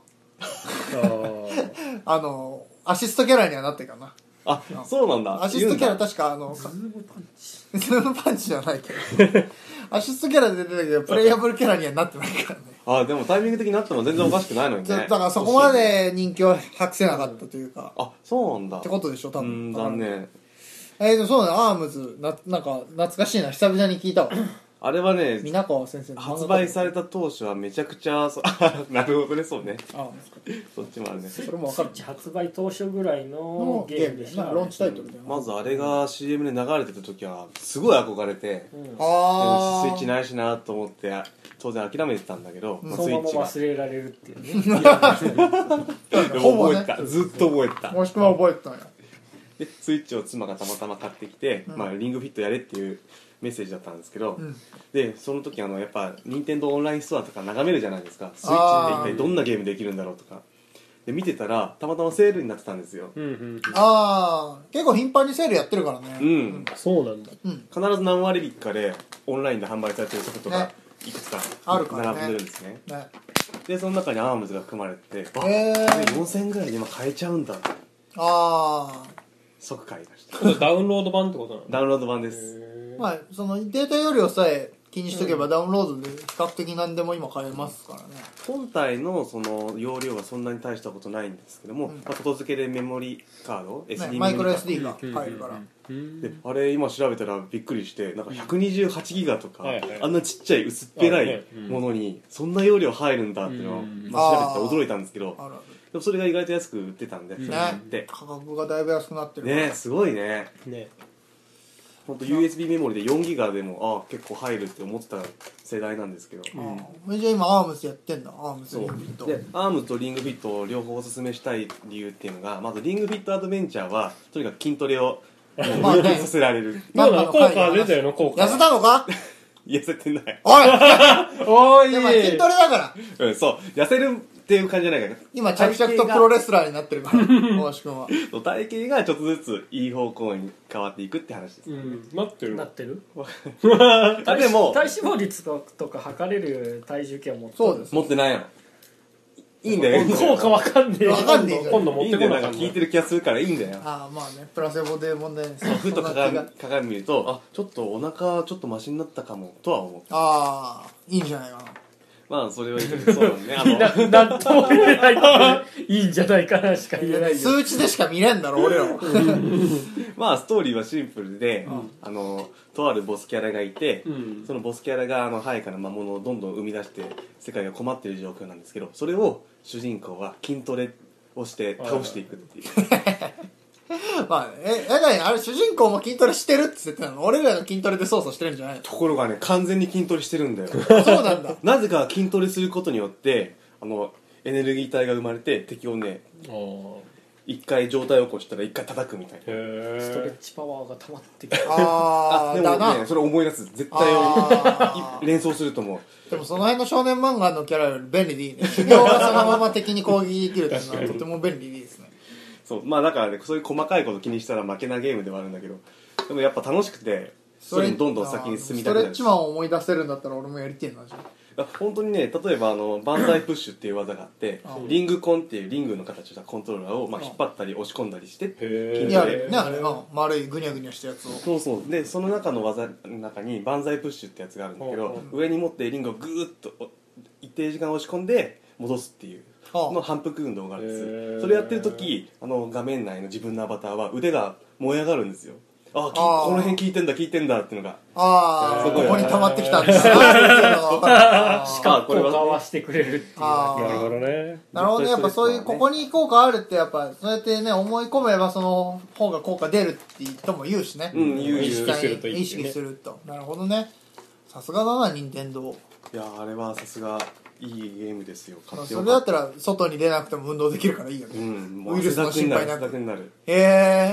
S3: あ
S1: あのアシストキャラにはなってるかな。
S2: あ、そうなんだ。
S1: アシストキャラ確かあのズームパンチズームパンチじゃないけどアシストキャラで出てたけどプレイヤブルキャラにはなってないからね。
S2: あ、でもタイミング的になっても全然おかしくないのにね。
S1: だからそこまで人気を博せなかったというか、
S2: あ、そうなんだ
S1: ってことでしょ多分。
S2: うん、残念。
S1: えー、でもそうだね、アームズな、なんか懐かしいな、久々に聞いたわ。
S2: あれはね、
S1: 皆川先生の
S2: 発売された当初はめちゃくちゃそなるほどね、そうね、
S1: あ
S2: そっちもあるね。
S1: それも分かる。
S5: 発売当初ぐらいのゲームでした。
S1: ローンチタイトルだよ、
S2: まずあれが シーエム で流れてた時はすごい憧れて、
S5: うん、
S2: で
S1: あ
S2: もスイッチないしなと思って当然諦めてたんだけど、
S1: うん
S2: まあ
S5: そのまま
S2: スイッチが
S5: 忘れられるっていうね。
S2: でも覚えてた、ずっと覚えてた。
S1: もしくは覚えてたんや。
S2: でスイッチを妻がたまたま買ってきて、
S1: うん
S2: まあ、リングフィットやれっていうメッセージだったんですけど、
S1: うん
S2: でその時あのやっぱ任天堂オンラインストアとか眺めるじゃないですか。スイッチって一体どんなゲームできるんだろうとかで見てたらたまたまセールになってたんですよ。
S3: うんうん
S1: ああ、結構頻繁にセールやってるからね。
S2: うん、
S3: そうなんだ。
S1: うん。
S2: 必ず何割引かでオンラインで販売されてるソフトが
S1: ね
S2: いくつか
S1: あるからね
S2: 並んでるんですね。
S1: ね。
S2: でその中にアームズが含まれてて、あ、
S1: へー
S2: よんせんえんぐらいで今買えちゃうんだ。
S1: ああ。
S2: 即買いました
S3: これダウンロード版ってことなの？
S2: ダウンロード版です。
S3: へー
S1: まあ、そのデータ容量さえ気にしとけばダウンロードで比較的何でも今買えますからね。
S2: 本体のその容量はそんなに大したことないんですけども、
S1: うん
S2: まあ、外付けでメモリカード、エスディー
S1: ねマイクロ
S2: メモリカー
S1: エスディー が入るから。
S3: うん
S2: ドであれ今調べたらびっくりしてなんかひゃくにじゅうはちギガとか、
S3: はいはい
S2: あんなちっちゃい薄っぺらい
S3: あねうん
S2: ものにそんな容量入るんだっていうのを、
S3: うん
S2: まあ、調べてて驚いたんですけど、
S1: あるあ
S2: でもそれが意外と安く売ってたんで、
S3: うん
S2: それ
S1: ね
S2: 買って
S1: 価格がだいぶ安くなってるから。
S2: ねすごいね。
S3: ね。
S2: 本当 ユーエスビー メモリでよんギガでもあ結構入るって思ってた世代なんですけど、
S1: ああ、じゃあ今アームズやってんだ。アームズ
S2: そう
S1: リングフィット。
S2: でアームとリングフィットを両方おすすめしたい理由っていうのがまずリングフィットアドベンチャーはとにかく筋トレを
S1: まあね
S2: させられる。
S3: どうなの？効果出たよな、効果。
S1: 痩せたのか
S2: 痩せてない
S1: おい
S3: おい
S1: でも筋トレだから。
S2: うんそう痩せるっていう感じじゃないから
S1: 今着々とプロレスラーになってるから、大橋君は。
S2: 体型がちょっとずついい方向に変わっていくって話です。
S3: うん、なってるわ。
S5: なってる
S2: あでも
S5: 体脂肪率とか測れる体重計は持ってる。
S1: そうです。
S2: 持ってないの。いいんだよ。いいんだよ
S5: 効果わかんねえよ。
S1: わかんねえじゃん
S3: 今度持っ
S2: いいんだよ。
S3: てこなかった
S2: なんか聞いてる気がするからいいんだよ。
S1: ああ、まあね、プラセボで問題です。
S2: ふと
S1: そんな気が
S2: 鏡鏡見るとあちょっとお腹ちょっとマシになったかもとは思う。
S1: ああ、いいんじゃないかな。
S2: まあそれはいいけどそうだね。あの
S5: ななんとも言えないっていいんじゃないかなしか言えないよ。
S1: 数値でしか見れんだろ、俺らは。
S2: まあストーリーはシンプルで、あのとあるボスキャラがいて、
S3: うん。
S2: そのボスキャラがあのハイから魔物をどんどん生み出して世界が困っている状況なんですけど、それを主人公は筋トレをして倒していくっていう。
S1: まあ、え、え、なにあれ主人公も筋トレしてるって言ってたの？俺らが筋トレで操作してるんじゃない
S2: ところがね完全に筋トレしてるんだよ。
S1: の？そうなんだ。
S2: なぜか筋トレすることによってあのエネルギー体が生まれて敵をね
S3: あー
S2: 一回状態を起こしたら一回叩くみたいな。
S3: へ
S5: ストレッ
S3: ー。
S5: チパワーが溜まってきて。
S1: ああ、
S2: で
S1: だな。
S2: もねそれ思い出す絶対
S1: あ
S2: 連想すると思う。
S1: ーでもその辺の少年漫画のキャラより便利でいいね。修行がそのまま敵に攻撃できるっていうのはとても便利でいいですね。
S2: そうまあだからねそういう細かいこと気にしたら負けなゲームではあるんだけどでもやっぱ楽しくてそれにどんどん先に進みたくなるし
S1: ストレッチマンを思い出せるんだったら俺もやりてえな、じゃあ。
S2: 本当にね例えばあのバンザイプッシュっていう技があって
S1: うん
S2: リングコンっていうリングの形をしたコントローラーを、まあ、
S1: うん
S2: 引っ張ったり押し込んだりして
S3: へー
S1: いや、あれね、あれ、うん丸いぐにゃぐにゃしたやつを。
S2: そうそうでその中の技の中にバンザイプッシュってやつがあるんだけど
S3: う
S2: 上に持ってリングをグーッとお一定時間押し込んで戻すっていう
S1: ああ
S2: の反復運動があるんです
S3: へー
S2: それやってる時あの画面内の自分のアバターは腕が燃え上がるんですよ。あき
S1: ああ
S2: この辺効いてんだ効いてんだっていうのが
S1: ああ、
S2: すごい
S1: ここに溜まってきたんですなっていうのが分かる。
S5: しかも効
S2: これはね
S5: 果はしてくれるっていう。
S1: あ
S3: なるほどね。
S1: なるほどね、やっぱそういう、ここに効果あるって、やっぱ、そうやってね、思い込めば、その方が効果出るって人も言うしね。
S2: うん言う言う
S1: 意識
S3: 意識するといいってね
S1: 意識すると。なるほどね。さすがだな、任天堂。
S2: いやあれはさすがいいゲームですよ買って
S1: そ
S2: よかった
S1: れだったら、外に出なくても運動できるからいいよ
S2: う
S1: ね。
S2: んもう
S1: ウイルスの心配なく
S2: 汗だくになる
S1: へえ。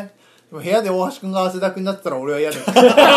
S1: でも部屋で大橋くんが汗だくになってたら俺は嫌だよ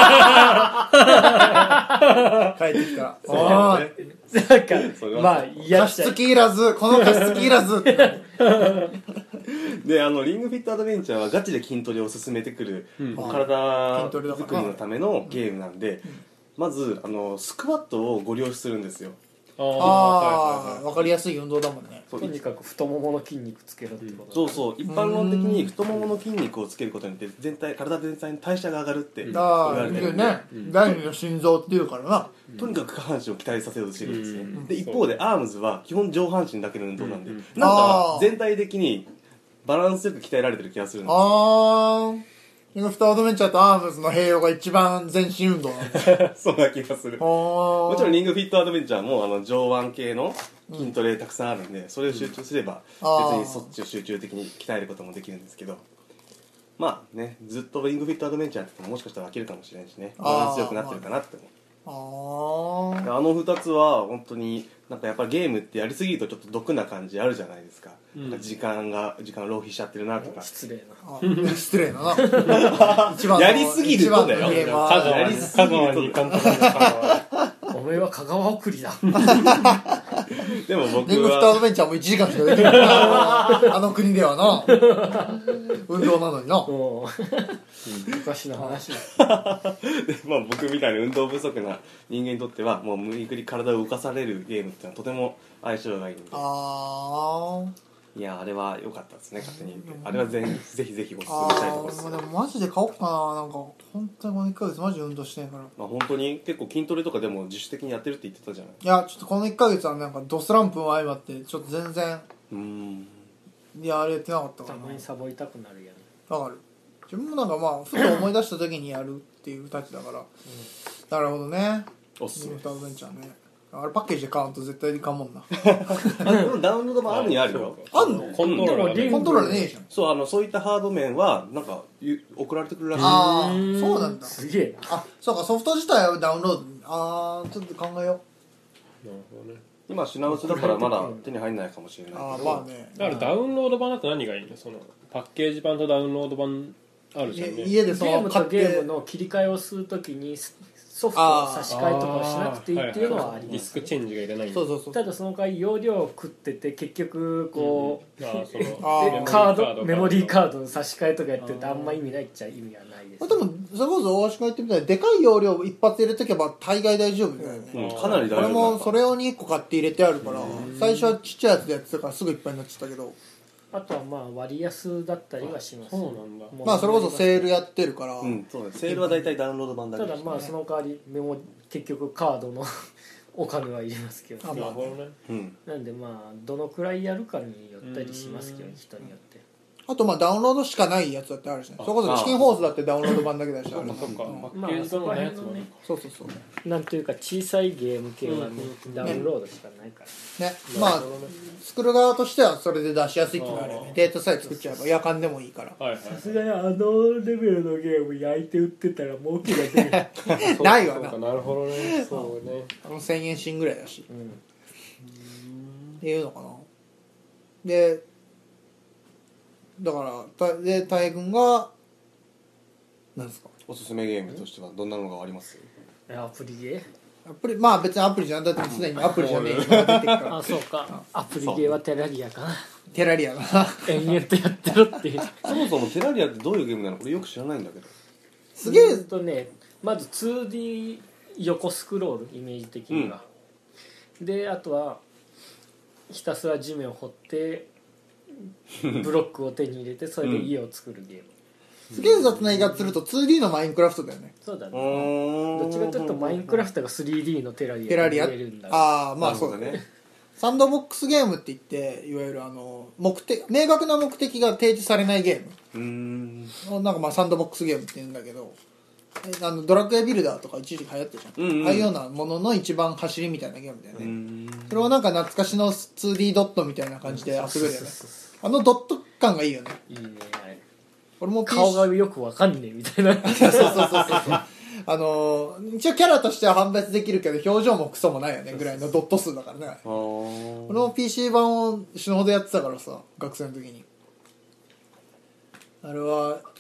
S1: 帰ってきたら
S2: そう
S1: あ
S2: だね
S5: なんか
S2: それは
S5: まあ嫌
S1: 加
S5: っちゃう
S1: 湿器いらずこの加湿器いらずってなる
S2: であのリングフィットアドベンチャーはガチで筋トレを進めてくる、
S3: うん
S2: 体
S1: 筋トレだから
S2: 作りのためのゲームなんで、まずあのスクワットをご了承するんですよ。
S3: あ
S1: あ
S3: あ
S1: あ分かりやすい運動だもんね
S2: そう
S5: とにかく太ももの筋肉つけろってこと
S2: そうそう一般論的に太ももの筋肉をつけることによって全体体全体の代謝が上がるって言
S1: あ
S2: わ
S1: あ
S2: れてるんで、
S1: ね第二の心臓っていうからな
S2: とにかく下半身を鍛えさせようとしてるんですね、
S3: うん
S2: で一方でアームズは基本上半身だけの運動なんで、
S3: うん
S2: なん
S1: あー
S2: か全体的にバランスよく鍛えられてる気がするんですよ。
S1: ああリングフィットアドベンチャーとアームズの併用が一番全身運動なんだ
S2: そんな気がする。
S1: も
S2: もちろんリングフィットアドベンチャーもあの上腕系の筋トレたくさんあるんで、それを集中すれば
S1: うん
S2: 別にそっちを集中的に鍛えることもできるんですけど、まあねずっとリングフィットアドベンチャーって言ってももしかしたら飽きるかもしれないしね、バランスよくなってるかなって思う。
S1: あ
S2: であのふたつは本当になんかやっぱりゲームってやりすぎるとちょっと毒な感じあるじゃないですか、なんか時間が時間浪費しちゃってるなとか、
S5: 失礼な
S1: あ失礼だな一番の
S2: やりすぎるとだよ
S1: 一番のゲームは
S3: 香川
S2: やり
S3: に
S2: すぎると
S3: 香川に監督の香川
S5: お前は香川送りだ
S2: でも僕
S1: リングフィットアド
S2: は
S1: ベンチャーもいちじかんしかできないなあの国ではな運動なのにな
S5: もう昔の話だ
S2: でまあ、僕みたいな運動不足な人間にとってはもう無理くり体を動かされるゲームっていうのはとても相性がいいんで、
S1: あ
S2: いやあれは良かったですね勝手に言って、あれはぜぜひぜひおすすめ
S1: あ
S2: したいところです。
S1: あでもマジで買おうかななんか本当にこのいっかげつマジで運動してないから
S2: まあ、本当に結構筋トレとかでも自主的にやってるって言ってたじゃない。
S1: いやちょっとこのいっかげつはなんかドスランプも相まってちょっと全然
S2: うーん
S1: いやあれやってなかったか
S5: た
S1: らな
S5: まにサボりたくなるやん
S1: わかる自分もなんかまあふと思い出した時にやるっていうたちだから、なるほどね
S2: おすすめ
S1: リングフィットアドベンチャーねあれパッケージで買うと絶対に買うもんな
S2: あでもダウンロード版あるにあるよ。
S1: あんの
S3: コントローラーで
S5: でもリン
S1: コントローラーねえじゃん
S2: そうあのそういったハード面はなんかゆ送られてくるらしい。
S1: ああそうなんだ
S5: すげえな
S1: あそうかソフト自体はダウンロードああちょっと考えよう
S3: なるほどね
S2: 今品薄だからまだ手に入んないかもしれない
S1: ああ
S2: けど、
S1: まあね
S3: だからダウンロード版だと何がいいのそのパッケージ版とダウンロード版あるじゃんね。
S1: い家でそ
S5: ゲームと
S1: の買って
S5: ゲームの切り替えをするときにソフトを差し替えとかをしなくていいっていうのはあり
S3: ディ
S5: ます
S3: スクチェンジがいらないんだ
S1: そうそうそう
S5: ただその代わり容量を食ってて結局こう、
S3: あーその
S1: あー
S5: でカードメモリーカードの差し替えとかやってるとあんま意味ないっちゃ意味はないです、
S1: まあでもそれこそ大橋君が言ってみたいにでかい容量一発入れとけば大概大丈夫だよね、
S2: うん、かなり大丈夫
S1: 俺も
S2: なんか
S1: それ用にいっこ買って入れてあるから最初はちっちゃいやつでやってたからすぐいっぱいになっちゃったけど
S5: あとはまあ割安だったりはします
S3: そうなんだ。
S1: まあそれこそセールやってるから、
S2: うんそうだねセールは大体ダウンロード版だけど
S5: ただまあその代わりメモ結局カードのお金はいりますけど、
S1: あ
S5: ね
S3: なるほどね。
S2: うん
S5: なんでまあどのくらいやるかによったりしますけど、ね、人によって
S1: あとまあダウンロードしかないやつだってあるしねそれこそチキンホースだってダウンロード版だけだしある
S3: そっか
S1: うん
S3: パッケージ版のやつもね。
S1: そうそうそう
S5: なんというか小さいゲーム系はね、ダウンロードしかないから、
S1: ねまあ作る側としてはそれで出しやすいっていうのがあるよねデータさえ作っちゃえば夜間でもいいから
S3: はいはい。
S5: さすがにあのレベルのゲーム焼いて売ってたら儲けが出る
S1: ないわな
S3: そうかなるほどね。そうね。
S1: あのせんえんしんぐらいだし
S5: うん
S1: っていうのかなでだからたで大君がなんですか
S2: おすすめゲームとしてはどんなのがあります？
S5: アプリゲ
S1: アプリまあ別にアプリじゃんだってすでにアプリじゃねえのが出てくか
S5: ー
S1: ら
S5: あそうかアプリゲーはテラリアかな
S1: テラリアが
S5: 延々とやってるっていう
S2: そもそもテラリアってどういうゲームなの？俺よく知らないんだけど。
S1: すげえ
S5: うんとねまず ツーディー 横スクロールイメージ的には、であとはひたすら地面を掘ってブロックを手に入れてそれで家を作るゲーム、
S1: すげえ雑な言い方すると ツーディー のマインクラフトだよね
S5: そうだね
S2: ど
S5: どっちかというとマインクラフトが スリーディー のテラリア
S1: テラリア
S5: に見えるんだ
S1: ああまあそうだねサンドボックスゲームって言っていわゆるあの目的明確な目的が提示されないゲーム
S2: うーん
S1: をなんかまあサンドボックスゲームって言うんだけどえあのドラクエビルダーとか一時期流行ってるじゃん、
S2: うんうん
S1: ああいうようなものの一番走りみたいなゲームだよ
S2: う
S1: ね、
S2: ん
S1: それをなんか懐かしの ツーディー ドットみたいな感じで遊べるよねあのドット感がいいよね
S5: いいねあれ
S1: 俺も ピーシー
S5: 顔がよくわかんねえみたいな
S1: そうそうそうそうそうあのー一応キャラとしては判別できるけど表情もクソもないよねぐらいのドット数だからね
S2: あー
S1: 俺も ピーシー 版を死ぬほどやってたからさ学生の時にあれは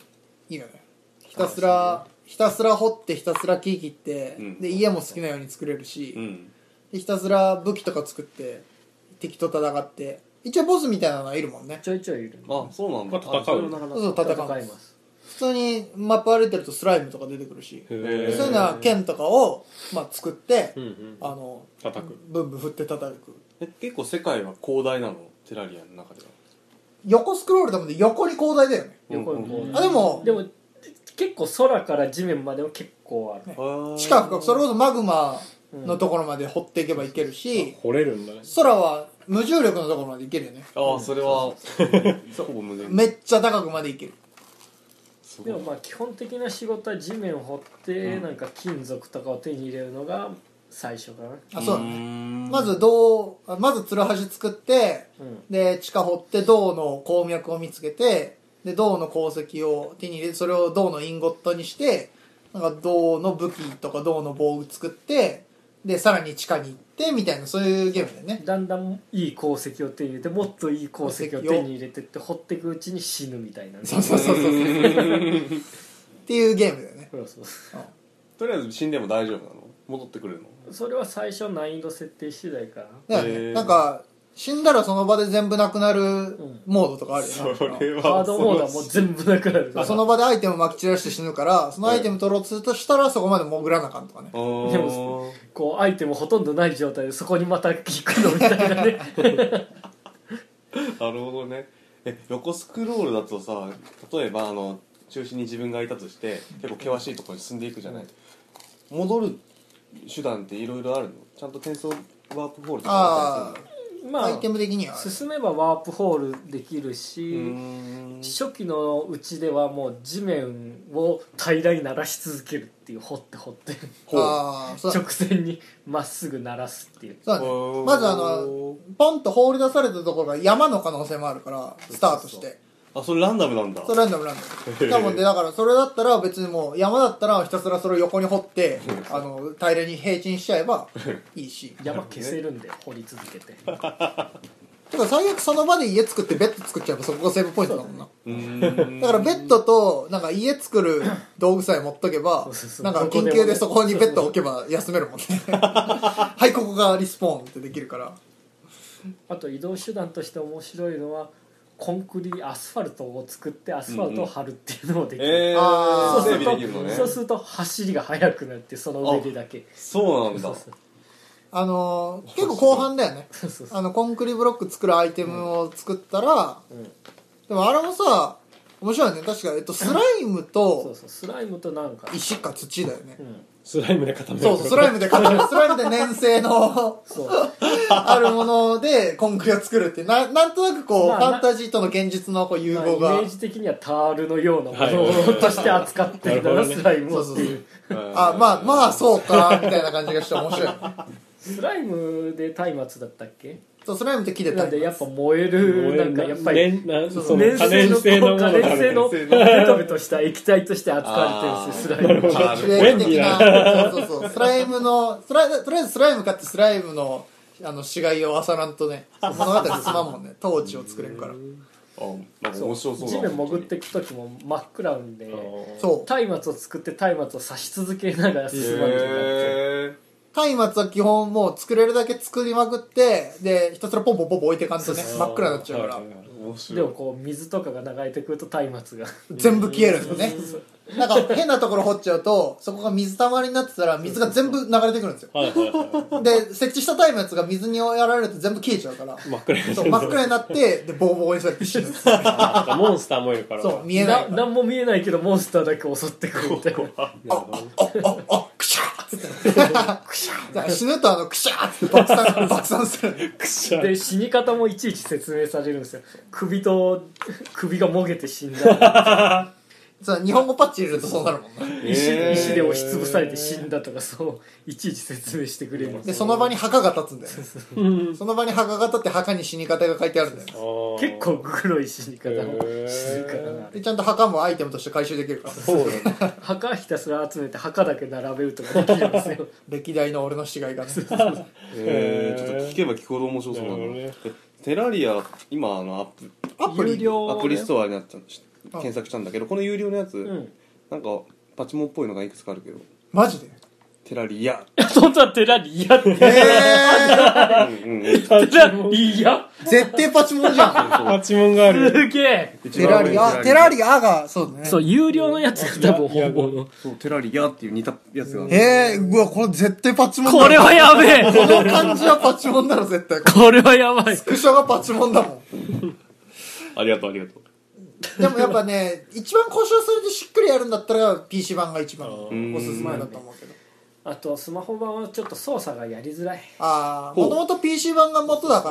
S1: いいのよ。ひたすらひたすら掘ってひたすら木切って、うん、で家も好きなように作れるし、うん、でひたすら武器とか作って敵と戦って、一応ボスみたいなのはいるもんね。
S5: ちょいちょいいる。
S2: あ、そうなんだ。
S3: 戦う。そう
S1: そう戦います。普通にマップ歩いてるとスライムとか出てくるし、そういうのは剣とかを、まあ、作って、うんうん、あの
S3: 叩く。
S1: ブンブン振って叩く。
S2: え、結構世界は広大なの？テラリアの中では。
S1: 横スクロールだもんで横に広大だよね。
S5: 横に広大。
S1: あ、でも
S5: でも結構空から地面までは結構ある、
S1: ね、地下深く、それこそマグマのところまで掘っていけばいけるし、
S3: 掘れるんだね。
S1: 空は無重力のところまで行けるよね。
S2: ああ、それはほぼ無限。
S1: めっちゃ高くまで行ける。
S5: でもまあ基本的な仕事は地面を掘って、うん、なんか金属とかを手に入れるのが最初かな。
S1: あ、そうだね。まず銅、まずツルハシ作って、うん、で地下掘って銅の鉱脈を見つけて、で銅の鉱石を手に入れて、それを銅のインゴットにして、なんか銅の武器とか銅の防具作って、でさらに地下に行ってみたいな、そういうゲームだよね。
S5: だんだんいい鉱石を手に入れて、もっといい鉱石を手に入れてって掘っていくうちに死ぬみたいな、ね、
S1: そうそうそうそうっていうゲームだよね。
S5: そうそうそう、うん、
S2: とりあえず死んでも大丈夫なの？戻ってくるの？
S5: それは最初難易度設定次第か
S1: な。だよね。なんか死んだらその場で全部なくなるモードとかあるよね、
S2: うん、それは
S5: ハードモードはもう全部なくなるから、
S1: その場でアイテム撒き散らして死ぬから、そのアイテム取ろうとするとしたらそこまで潜らなあかんとかね。
S5: でもこうアイテムほとんどない状態でそこにまた行くのみたいなね
S2: なるほどね。え、横スクロールだとさ、例えばあの中心に自分がいたとして結構険しいところに進んでいくじゃない、うん、戻る手段っていろいろあるの？ちゃんと転送ワープホールとかあったりするの？
S5: まあ、
S1: アイテム的には
S5: 進めばワープホールできるし、初期のうちではもう地面を平らに鳴らし続けるっていう、掘って掘って
S1: あそう
S5: 直線にまっすぐ鳴らすっていう。
S1: そう、ね、まずあのポンと放り出されたところが山の可能性もあるからスタートして、
S2: あ、それランダムなんだ。
S1: それランダムランダム多分で、だからそれだったら別にもう山だったらひたすらそれを横に掘ってあの平らに平地にしちゃえばいいし、
S5: 山消せるんで掘り続けて
S1: てか最悪その場で家作ってベッド作っちゃえばそこがセーブポイントだもんな。うんだからベッドとなんか家作る道具さえ持っとけばなんか緊急でそこにベッド置けば休めるもんねはいここがリスポーンってできるから。
S5: あと移動手段として面白いのはコンクリアスファルトを作ってアスファルトを張るっていうのもできる、うんうん、
S1: あ
S5: そうすると、
S2: ね、
S5: そうすると走りが速くなってその上でだけ。
S2: そうなんだ。そうそう、
S1: あのー、結構後半だよね
S5: そうそうそう、
S1: あのコンクリブロック作るアイテムを作ったら、うん、でもあれもさ面白いね。確か、えっと、スライムと
S5: そうそう、スライムとなんか
S1: 石か土だよね、うん、
S3: スライムで固める。
S1: そうそう、スライムで固めるスライムで粘性のそうあるものでコンクリを作るっていう な, なんとなくこう、まあ、ファンタジーとの現実のこう融合が、
S5: まあ、イメージ的にはタールのようなものとして扱ってるんだな、スライムをっていう。
S1: あ、まあまあそうかみたいな感じがして面白い
S5: スライムで松明だったっけ？
S1: そう、スライムって木で
S5: なんでやっぱ燃える、なんかやっぱり
S3: 燃性の
S5: 可燃性のベトベトした液体として扱われてるんですよ、スライム。
S1: 刺激的な、そうそうそう、スライムのスライとりあえずスライム買ってスライムのあの死骸を漁らんとね、物語でつまんもんね、トーチを作れるから。
S2: あ、なんか面白そうだ。
S5: 地面潜っていく時も真っ暗なんで、
S1: そう
S5: 松明を作って松明を刺し続けながら進まなきゃいけない。
S1: 松明は基本もう作れるだけ作りまくってでひたすらポンポンポンポン置いていかんとね真っ暗になっちゃうから、はいはいはい、
S5: でもこう水とかが流れてくると松明が
S1: 全部消えるんですよねなんか変なところ掘っちゃうとそこが水たまりになってたら水が全部流れてくるんですよはいはい、はい、で設置した松明が水にやられると全部消えちゃうから
S3: 真っ暗になって
S1: そう真っ暗になってでボーボーにされて死ぬんですよ
S3: モンスターもいるから
S1: そう見えない
S5: な何も見えないけどモンスターだけ襲ってくるみたいなあ
S1: ああああクシャーってクシャー死ぬとあのクシャーって爆散爆散する
S5: クシャーで死に方もいちいち説明されるんですよ。首と首がもげて死んだ
S1: そう日本語パッチ入れるとそうなるもんな、
S5: えー、石, 石で押しつぶされて死んだとかそういちいち説明してくれるんです
S1: でその場に墓が立つんだよねその場に墓が立って墓に死に方が書いてあるんだよね
S5: 結構黒い死に方もするからなで
S1: ちゃんと墓もアイテムとして回収できるから
S5: そうだ、ね、墓ひたすら集めて墓だけ並べるとかできるんですよ
S1: 歴代の俺の死骸がね
S2: えー、ちょっと聞けば聞くほど面白そうなの、ね、テラリア今あのアップ
S5: アプリ
S2: アプリストアになったんです検索したんだけど、この有料のやつ、
S5: うん
S2: なんかパチモンっぽいのがいくつかあるけど、
S1: マジで
S2: テラリア、
S5: 本当はテラリアって
S1: え
S2: うんうん、
S5: テラリア
S1: ー、絶対パチモンじゃん。
S3: パチモンがある。
S5: すげえ
S1: テラリア、テラリアが、そうだね。
S5: そう有料のやつが多分本物
S2: そうテラリアっていう似たやつがある。
S1: えー、うわ、これ絶対パチモンだろ。
S5: これはやべえ
S1: この感じはパチモンだろ、絶対。
S5: これはやばい
S1: スクショがパチモンだもん。
S2: ありがとうありがとう。
S1: でもやっぱね、一番故障するでしっくりやるんだったら ピーシー 版が一番お
S2: ん
S1: すすめだと思うけど。
S5: あとスマホ版はちょっと操作がやりづらい。
S1: ああ、もともと ピーシー 版が元だから、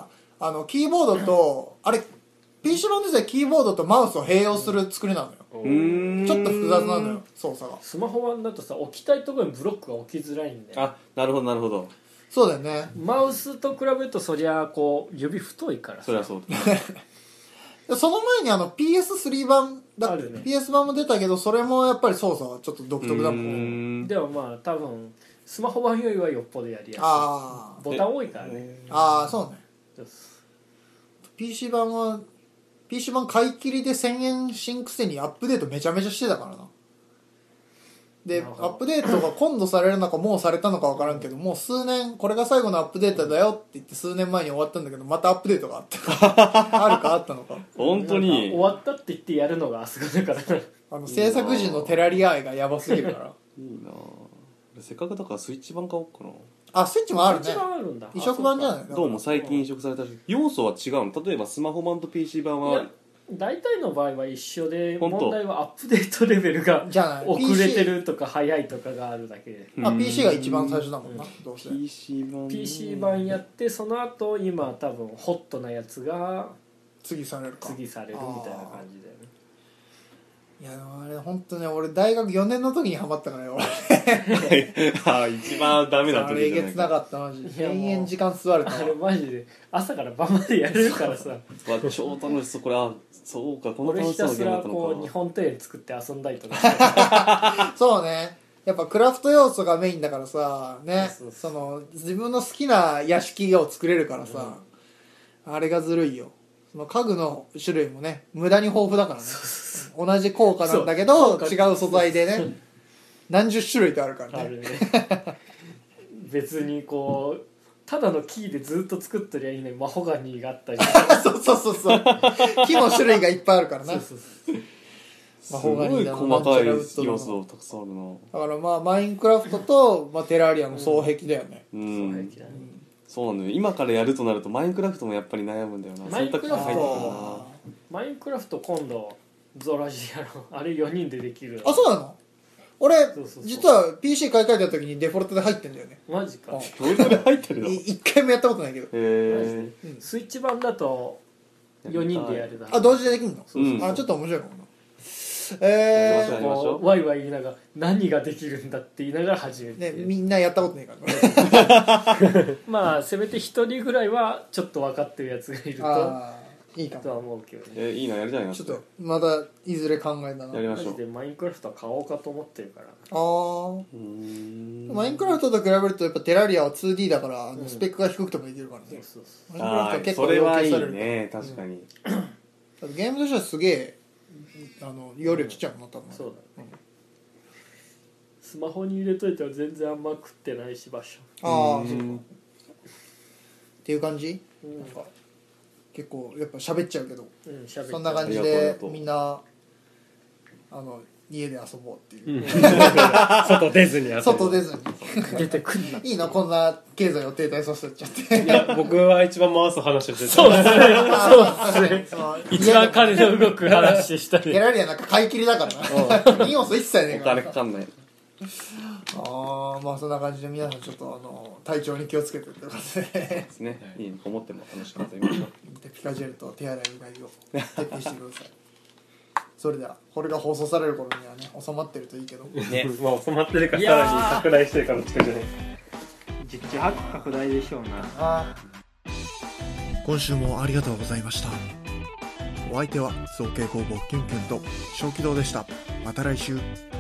S1: あの、キーボードと、あれ、ピーシー 版でさえキーボードとマウスを併用する作りなのよ。
S2: うーん
S1: ちょっと複雑なのよ、操作が。
S5: スマホ版だとさ置きたいところにブロックが置きづらいんだよ。
S2: あ、なるほどなるほど。
S1: そうだよね。
S5: マウスと比べるとそりゃこう指太いからさ
S2: そりゃそうだ。
S1: その前にあの ピーエススリー 版だっけ、
S5: あるね
S1: ピーエス 版も出たけど、それもやっぱり操作はちょっと独特だもんね。
S2: ん
S5: でもまあ多分スマホ版よりはよっぽどやりやすい。
S1: あ
S5: ボタン多いからね。
S1: あ、ああ、そうね。
S5: そうっす
S1: ピーシー 版は、ピーシー 版買い切りでせんえん新くせにアップデートめちゃめちゃしてたからな。で、ア
S5: なるほど
S1: ップデートが今度されるのかもうされたのか分からんけど、もう数年、これが最後のアップデートだよって言って数年前に終わったんだけど、またアップデートがあった。あるかあったのか。
S2: 本当
S5: なんか
S2: に
S5: 終わったって言ってやるのがあすがだから
S1: あの、制作時のテラリア愛がやばすぎるから。
S2: いいなぁ。せっかくだからスイッチ版買おうかな。
S1: あ、スイッチもあるね
S5: 一。番あるんだ。
S1: 移植版じゃない
S2: どうも最近移植されたし、要素は違うの。例えばスマホ版と ピーシー 版は
S5: いや大体の場合は一緒で、
S2: 本当
S5: 問題はアップデートレベルが
S1: じゃない
S5: 遅れてるとか早いとかがあるだけで。
S1: あ、ピーシー が一番最初だもんな、どうせ。
S2: ピーシー 版ね
S5: ピーシー 版やってその後今多分ホットなやつが
S1: 次されるか。
S5: 次されるみたいな感じだよね。
S1: いや、でもあれ、ほんとね、俺大学よねんの時にハマったからよ。
S2: あ一番ダメな
S1: あれえ
S2: 時じゃないか。
S1: げつなかったマジで。
S5: いやもう
S1: 延々時間座るか
S5: あ
S1: ら。
S5: れマジで朝から晩までやれるからさ
S2: わ超楽しそう。これあそうかこの
S5: 俺ひ
S2: 楽しそうな
S5: たすら
S2: ゲームだったの
S5: こう日
S2: か。
S5: 本庭園作って遊んだりとかして
S1: そうね。やっぱクラフト要素がメインだからさ、ね、
S5: そうそう
S1: その自分の好きな屋敷を作れるからさ、あれがずるいよ。その家具の種類もね、無駄に豊富だからね。同じ効果なんだけど、
S5: そう
S1: 違う素材でね、何十種類とあるからね。
S5: あるね別にこうただの木でずっと作ってりゃいいね。マホガニーがあったり
S1: そうそうそうそう。木の種類がいっぱいあるからな。
S5: そうそうそう
S1: 魔
S2: すごい
S1: 法ガニだの
S2: 細かい
S1: なんちゃらウッドだの
S2: 要素たくさんあるな。
S1: だからまあマインクラフトと、まあ、テラリアの双璧だよね。
S2: う
S5: そう平
S2: ん
S5: 気だね
S2: そうなのよ。今からやるとなるとマインクラフトもやっぱり悩むんだよな。
S5: マインクラフト
S2: 選択肢が入ってくるな。
S5: マインクラフト今度ゾラジやろう。あれよにんでできる。
S1: あ、そうなの？俺
S5: そうそうそう
S1: 実は ピーシー 買い替えた時にデフォルトで入ってんだよね。
S5: マジか。
S1: あ
S2: どういうことで入ってるの？へ
S1: い一回もやったことないけど。
S2: え。
S5: スイッチ版だとよにんでやるだ
S1: あ、同時でできんの？
S2: そうそうそう
S1: あ、ちょっと面白いかもな。
S2: や
S1: え
S2: りましょう
S5: こうワイワイ言いながら何ができるんだって言いながら始め
S1: ー、ね、
S5: て、
S1: みんなやったことないからね。
S5: まあせめて一人ぐらいはちょっと分かってるやつがいると
S1: ああ、いいか
S5: と
S1: も。
S5: は思うけどね。
S2: えいいなやりたいな。
S1: ちょっとまたいずれ考えたな。
S2: やりましょう。
S5: マジでマインクラフトは買おうかと思ってるから。
S1: ああ。
S2: うーん
S1: マインクラフトと比べるとやっぱテラリアは ツーディー だから、あの
S5: うん
S1: スペックが低くてもできるからね。
S5: そうそう
S1: マインクラフト
S2: あー
S1: は結構
S2: それはいい
S1: 要求される。
S2: ね確かに。
S1: ゲームとしてはすげえあの容量ちっちゃくなったの、
S5: そうだね。スマホに入れといては全然あんま食ってないし場所。
S1: ああ、
S2: うん
S1: そうかっていう感じ、
S5: うん
S1: なんか結構やっぱ喋っちゃうけど、
S5: うん、喋っちゃう
S1: そんな感じ
S2: ありがとうあり
S1: で
S2: がとう
S1: みんなあの家で遊ぼうっていう、
S3: 外出ずにやって
S1: 外出ずに
S5: 出てくんな。
S1: いいのこんな経済を停滞させちゃって
S3: いや僕は一番回す話をしてた。
S5: そうですね。
S1: そうですね
S5: 一番金の動く話したり。
S1: ギャラリアなんか買い切りだからな要素一切ねえ
S2: お
S1: から
S2: 金かかんない。
S1: ああまあそんな感じで皆さんちょっとあの体調に気をつけてってことで
S2: ですね。いい思っても楽しくやってみましょう。
S1: でピカジェルと手洗いうがいを徹底してくださいそれではこれが放送される頃にはね収まってるといいけど
S2: ね。
S3: まあ収まってるか
S5: いやー
S3: さらに拡大してるかの近くじゃない。
S5: 十中八九拡大でしょうな。
S1: あ
S4: 今週もありがとうございました。お相手は造形工房キュンキュンと小気道でした。また来週。